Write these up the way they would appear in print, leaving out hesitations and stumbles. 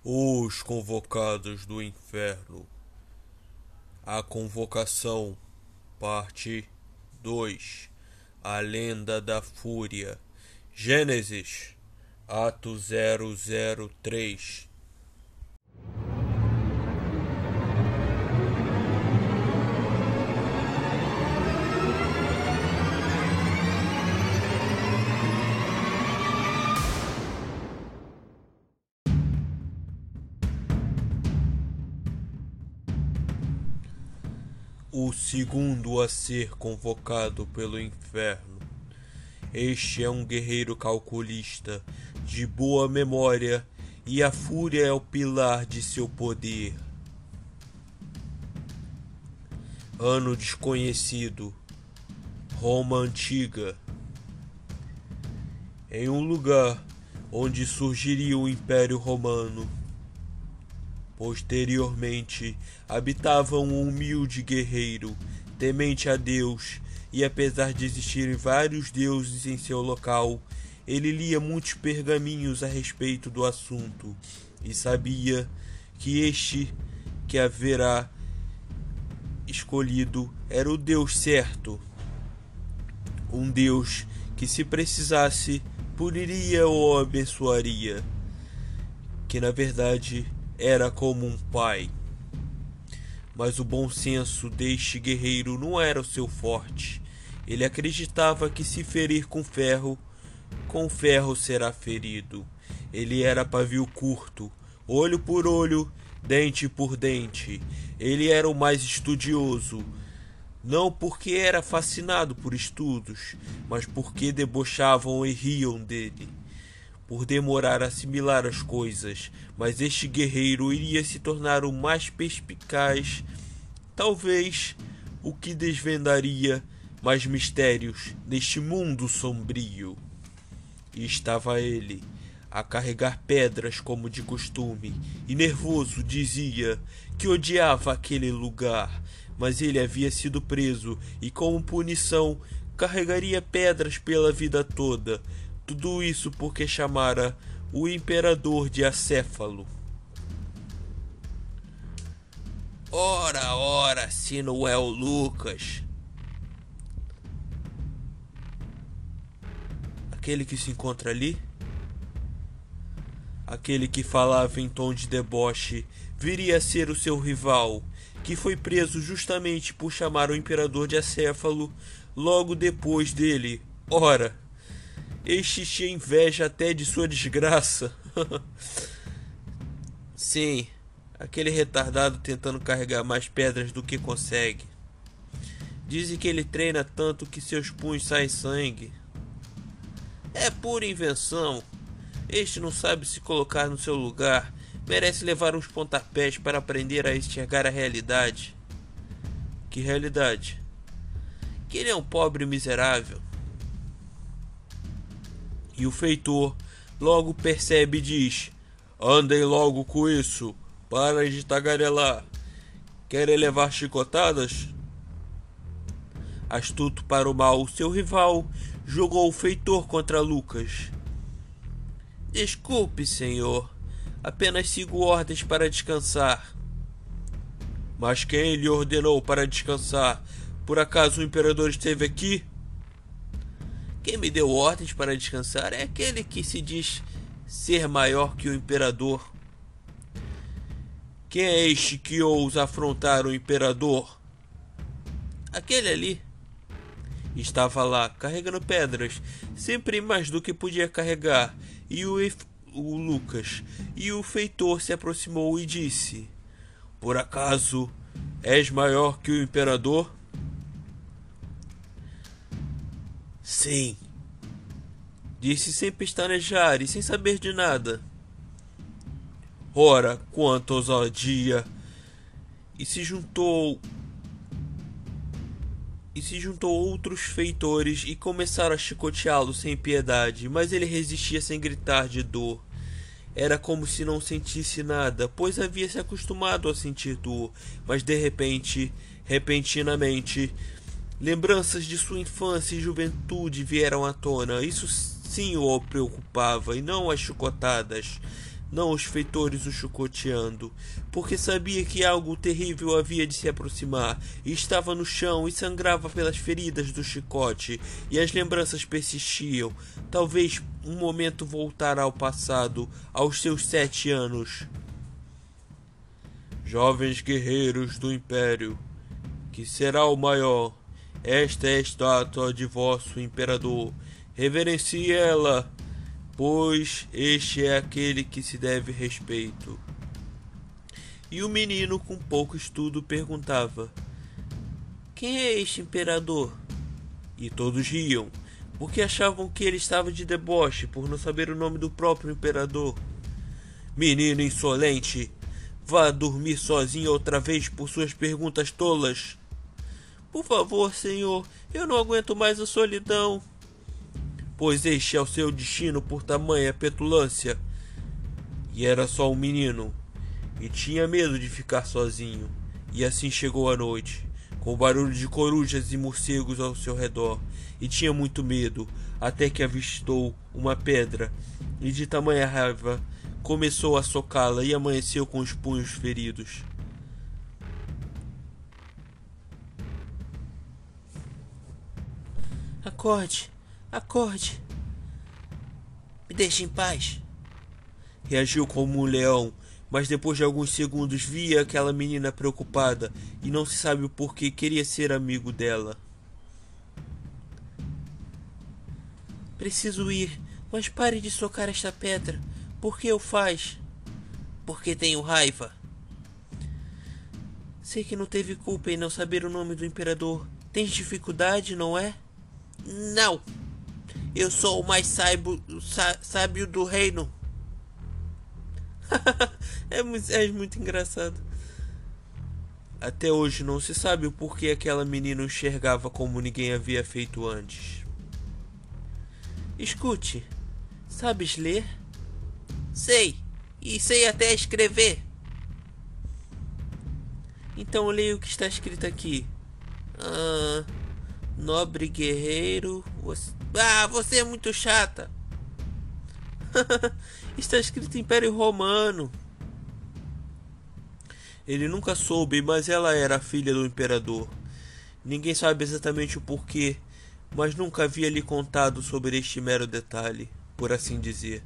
Os convocados do inferno. A convocação, parte 2. A lenda da fúria. Gênesis, ato 003. O segundo a ser convocado pelo inferno. Este é um guerreiro calculista, de boa memória, e a fúria é o pilar de seu poder. Ano desconhecido. Roma Antiga. Em um lugar onde surgiria o Império Romano. Posteriormente, habitava um humilde guerreiro, temente a Deus, e apesar de existirem vários deuses em seu local, ele lia muitos pergaminhos a respeito do assunto, e sabia que este que haverá escolhido era o Deus certo, um Deus que, se precisasse, puniria ou abençoaria, que na verdade era como um pai. Mas o bom senso deste guerreiro não era o seu forte. Ele acreditava que, se ferir com ferro será ferido. Ele era pavio curto, olho por olho, dente por dente. Ele era o mais estudioso, não porque era fascinado por estudos, mas porque debochavam e riam dele por demorar a assimilar as coisas. Mas este guerreiro iria se tornar o mais perspicaz, talvez o que desvendaria mais mistérios neste mundo sombrio. E estava ele a carregar pedras como de costume, e nervoso dizia que odiava aquele lugar, mas ele havia sido preso e, como punição, carregaria pedras pela vida toda. Tudo isso porque chamara o imperador de acéfalo. Ora, se não é o Lucas. Aquele que se encontra ali? Aquele que falava em tom de deboche viria a ser o seu rival, que foi preso justamente por chamar o imperador de acéfalo logo depois dele. Ora, este tinha inveja até de sua desgraça. Sim, aquele retardado tentando carregar mais pedras do que consegue. Dizem que ele treina tanto que seus punhos saem sangue. É pura invenção. Este não sabe se colocar no seu lugar. Merece levar uns pontapés para aprender a enxergar a realidade. Que realidade? Que ele é um pobre miserável. E o feitor logo percebe e diz: andem logo com isso, para de tagarelar. Querem levar chicotadas? Astuto para o mal, seu rival jogou o feitor contra Lucas. Desculpe, senhor, apenas sigo ordens para descansar. Mas quem lhe ordenou para descansar? Por acaso o imperador esteve aqui? Quem me deu ordens para descansar é aquele que se diz ser maior que o imperador. Quem é este que ousa afrontar o imperador? Aquele ali. Estava lá, carregando pedras, sempre mais do que podia carregar, e o Lucas. E o feitor se aproximou e disse: por acaso és maior que o imperador? Sim, disse sem pestanejar e sem saber de nada. Ora, quanta ousadia! E se juntou outros feitores e começaram a chicoteá-lo sem piedade, mas ele resistia sem gritar de dor. Era como se não sentisse nada, pois havia se acostumado a sentir dor, mas de repente, repentinamente, lembranças de sua infância e juventude vieram à tona. Isso sim o preocupava, e não as chicotadas. não os feitores o chicoteando, porque sabia que algo terrível havia de se aproximar, e estava no chão e sangrava pelas feridas do chicote, e as lembranças persistiam. Talvez um momento voltar ao passado, aos seus 7 anos. Jovens guerreiros do Império, que será o maior, esta é a estátua de vosso imperador. Reverencie-la, pois este é aquele que se deve respeito. E o menino, com pouco estudo, perguntava: quem é este imperador? E todos riam, porque achavam que ele estava de deboche por não saber o nome do próprio imperador. Menino insolente, vá dormir sozinho outra vez por suas perguntas tolas. Por favor, senhor, eu não aguento mais a solidão. Pois este é o seu destino por tamanha petulância. E era só um menino, e tinha medo de ficar sozinho. E assim chegou a noite, com o barulho de corujas e morcegos ao seu redor, e tinha muito medo, até que avistou uma pedra, e de tamanha raiva começou a socá-la e amanheceu com os punhos feridos. Acorde, acorde. Me deixe em paz. Reagiu como um leão, mas depois de alguns segundos via aquela menina preocupada e não se sabe o porquê queria ser amigo dela. Preciso ir, mas pare de socar esta pedra. Por que o faz? Porque tenho raiva. Sei que não teve culpa em não saber o nome do imperador. Tens dificuldade, não é? Não. Eu sou o mais sábio do reino. É muito engraçado. Até hoje não se sabe o porquê aquela menina enxergava como ninguém havia feito antes. Escute, sabes ler? Sei, e sei até escrever. Então leia o que está escrito aqui. Nobre guerreiro. Você é muito chata. Está escrito Império Romano. Ele nunca soube, mas ela era a filha do imperador. Ninguém sabe exatamente o porquê, mas nunca havia lhe contado sobre este mero detalhe, por assim dizer.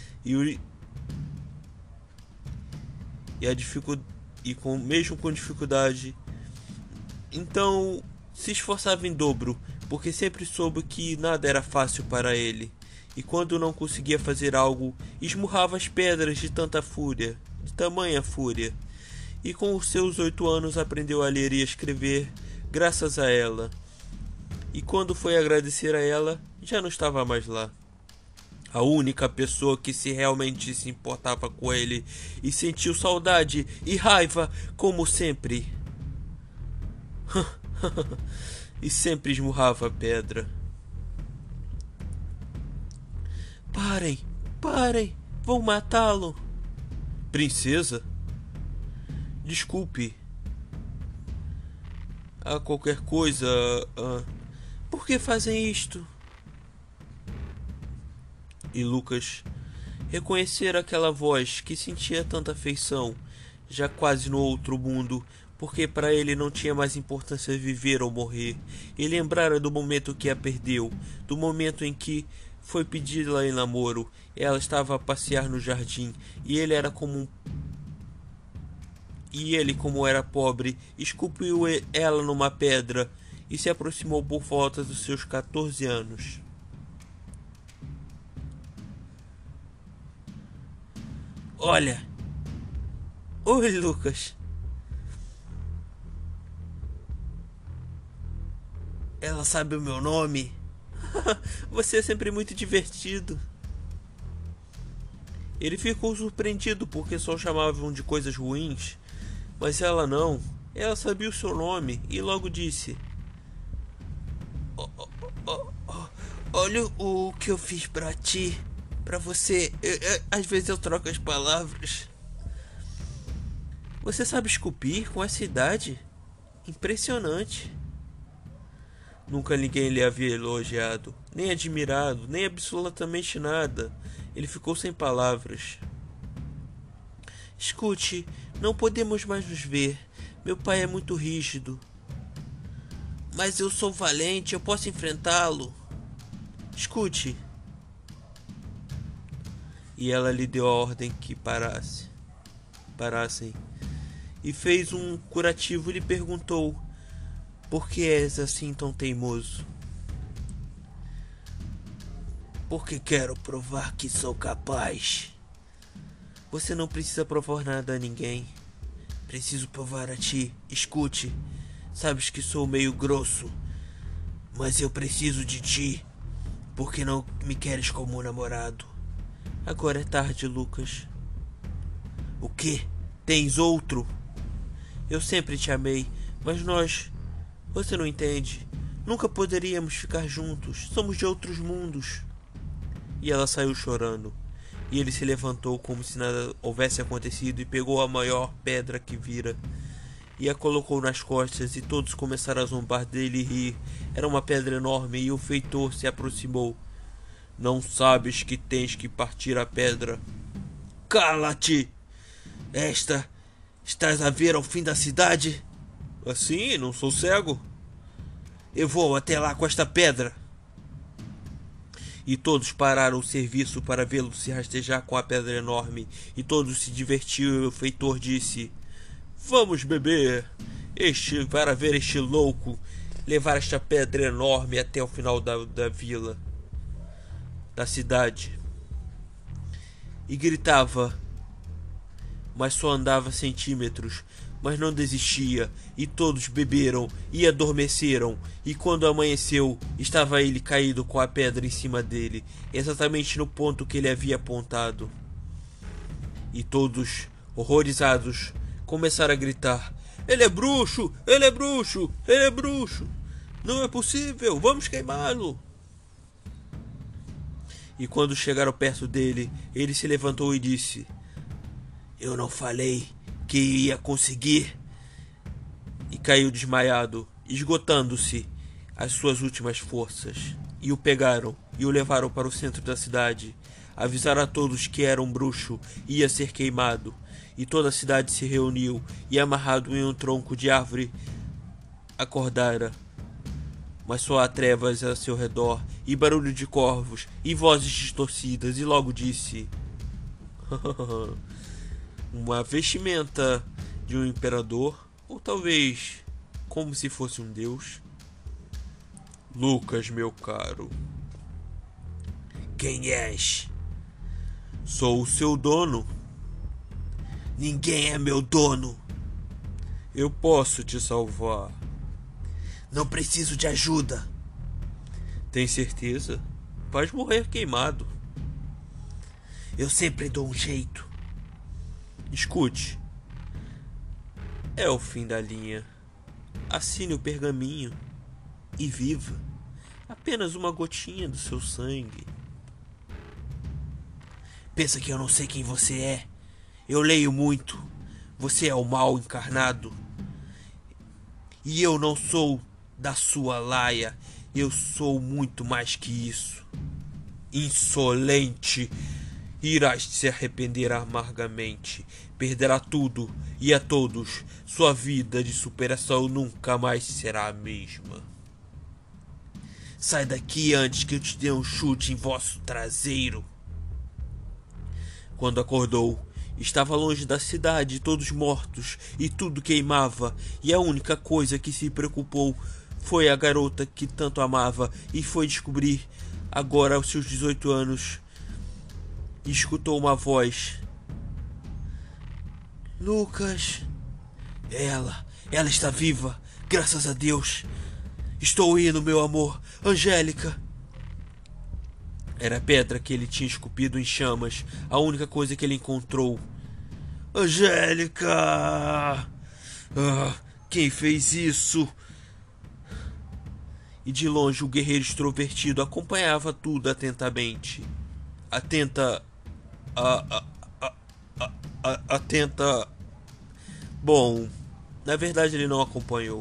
Mesmo com dificuldade, então se esforçava em dobro, porque sempre soube que nada era fácil para ele. E quando não conseguia fazer algo, esmurrava as pedras de tanta fúria, de tamanha fúria. E com os seus 8 anos aprendeu a ler e a escrever, graças a ela. E quando foi agradecer a ela, já não estava mais lá. A única pessoa que realmente se importava com ele e sentiu saudade e raiva, como sempre. E sempre esmurrava a pedra. Parem, parem, vou matá-lo. Princesa? Desculpe. Qualquer coisa. Por que fazem isto? E Lucas reconhecera aquela voz que sentia tanta afeição, já quase no outro mundo, porque para ele não tinha mais importância viver ou morrer. E lembrara do momento que a perdeu, do momento em que foi pedi-la em namoro. Ela estava a passear no jardim, e ele, como era pobre, esculpiu ela numa pedra e se aproximou por volta dos seus 14 anos. Olha! Oi, Lucas! Ela sabe o meu nome? Você é sempre muito divertido. Ele ficou surpreendido porque só chamavam de coisas ruins, mas ela não. Ela sabia o seu nome e logo disse: olha o que eu fiz pra ti, pra você. Às vezes eu troco as palavras. Você sabe esculpir com essa idade? Impressionante. Nunca ninguém lhe havia elogiado, nem admirado, nem absolutamente nada. Ele ficou sem palavras. Escute, não podemos mais nos ver. Meu pai é muito rígido. Mas eu sou valente, eu posso enfrentá-lo. Escute. E ela lhe deu a ordem que parassem. E fez um curativo e lhe perguntou: por que és assim tão teimoso? Porque quero provar que sou capaz. Você não precisa provar nada a ninguém. Preciso provar a ti. Escute. Sabes que sou meio grosso, mas eu preciso de ti, porque não me queres como namorado. Agora é tarde, Lucas. O quê? Tens outro? Eu sempre te amei, mas você não entende. Nunca poderíamos ficar juntos. Somos de outros mundos. E ela saiu chorando. E ele se levantou como se nada houvesse acontecido e pegou a maior pedra que vira e a colocou nas costas, e todos começaram a zombar dele e rir. Era uma pedra enorme e o feitor se aproximou. Não sabes que tens que partir a pedra? Cala-te! Estás a ver ao fim da cidade? Assim, não sou cego. Eu vou até lá com esta pedra. E todos pararam o serviço para vê-lo se rastejar com a pedra enorme, e todos se divertiam, e o feitor disse: vamos beber para ver este louco levar esta pedra enorme até o final da vila, da cidade. E gritava, mas só andava centímetros, mas não desistia, e todos beberam e adormeceram, e quando amanheceu, estava ele caído com a pedra em cima dele, exatamente no ponto que ele havia apontado. E todos, horrorizados, começaram a gritar: ele é bruxo! Ele é bruxo! Ele é bruxo! Não é possível! Vamos queimá-lo! E quando chegaram perto dele, ele se levantou e disse: eu não falei que ia conseguir? E caiu desmaiado, esgotando-se as suas últimas forças. E o pegaram e o levaram para o centro da cidade. Avisaram a todos que era um bruxo e ia ser queimado. E toda a cidade se reuniu, e amarrado em um tronco de árvore acordara. Mas só há trevas a seu redor, e barulho de corvos, e vozes distorcidas, e logo disse: uma vestimenta de um imperador, ou talvez como se fosse um deus. Lucas, meu caro. Quem és? Sou o seu dono. Ninguém é meu dono. Eu posso te salvar. Não preciso de ajuda. Tem certeza? Pode morrer queimado. Eu sempre dou um jeito. Escute. É o fim da linha. Assine o pergaminho e viva. Apenas uma gotinha do seu sangue. Pensa que eu não sei quem você é? Eu leio muito. Você é o mal encarnado. E eu não sou da sua laia. Eu sou muito mais que isso. Insolente. Irás se arrepender amargamente. Perderá tudo e a todos. Sua vida de superação nunca mais será a mesma. Sai daqui antes que eu te dê um chute em vosso traseiro. Quando acordou, estava longe da cidade, todos mortos, e tudo queimava, e a única coisa que se preocupou foi a garota que tanto amava, e foi descobrir, agora aos seus 18 anos, e escutou uma voz. Lucas. Ela está viva, graças a Deus. Estou indo, meu amor. Angélica. Era a pedra que ele tinha esculpido em chamas, a única coisa que ele encontrou. Angélica! Quem fez isso? E de longe o guerreiro extrovertido acompanhava tudo atentamente. Atenta. Bom, na verdade ele não acompanhou.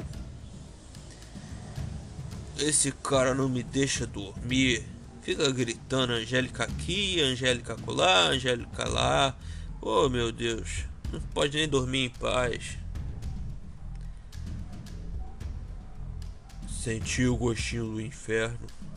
Esse cara não me deixa dormir. Fica gritando Angélica aqui, Angélica acolá, Angélica lá. Oh, meu Deus. Não pode nem dormir em paz. Sentiu o gostinho do inferno.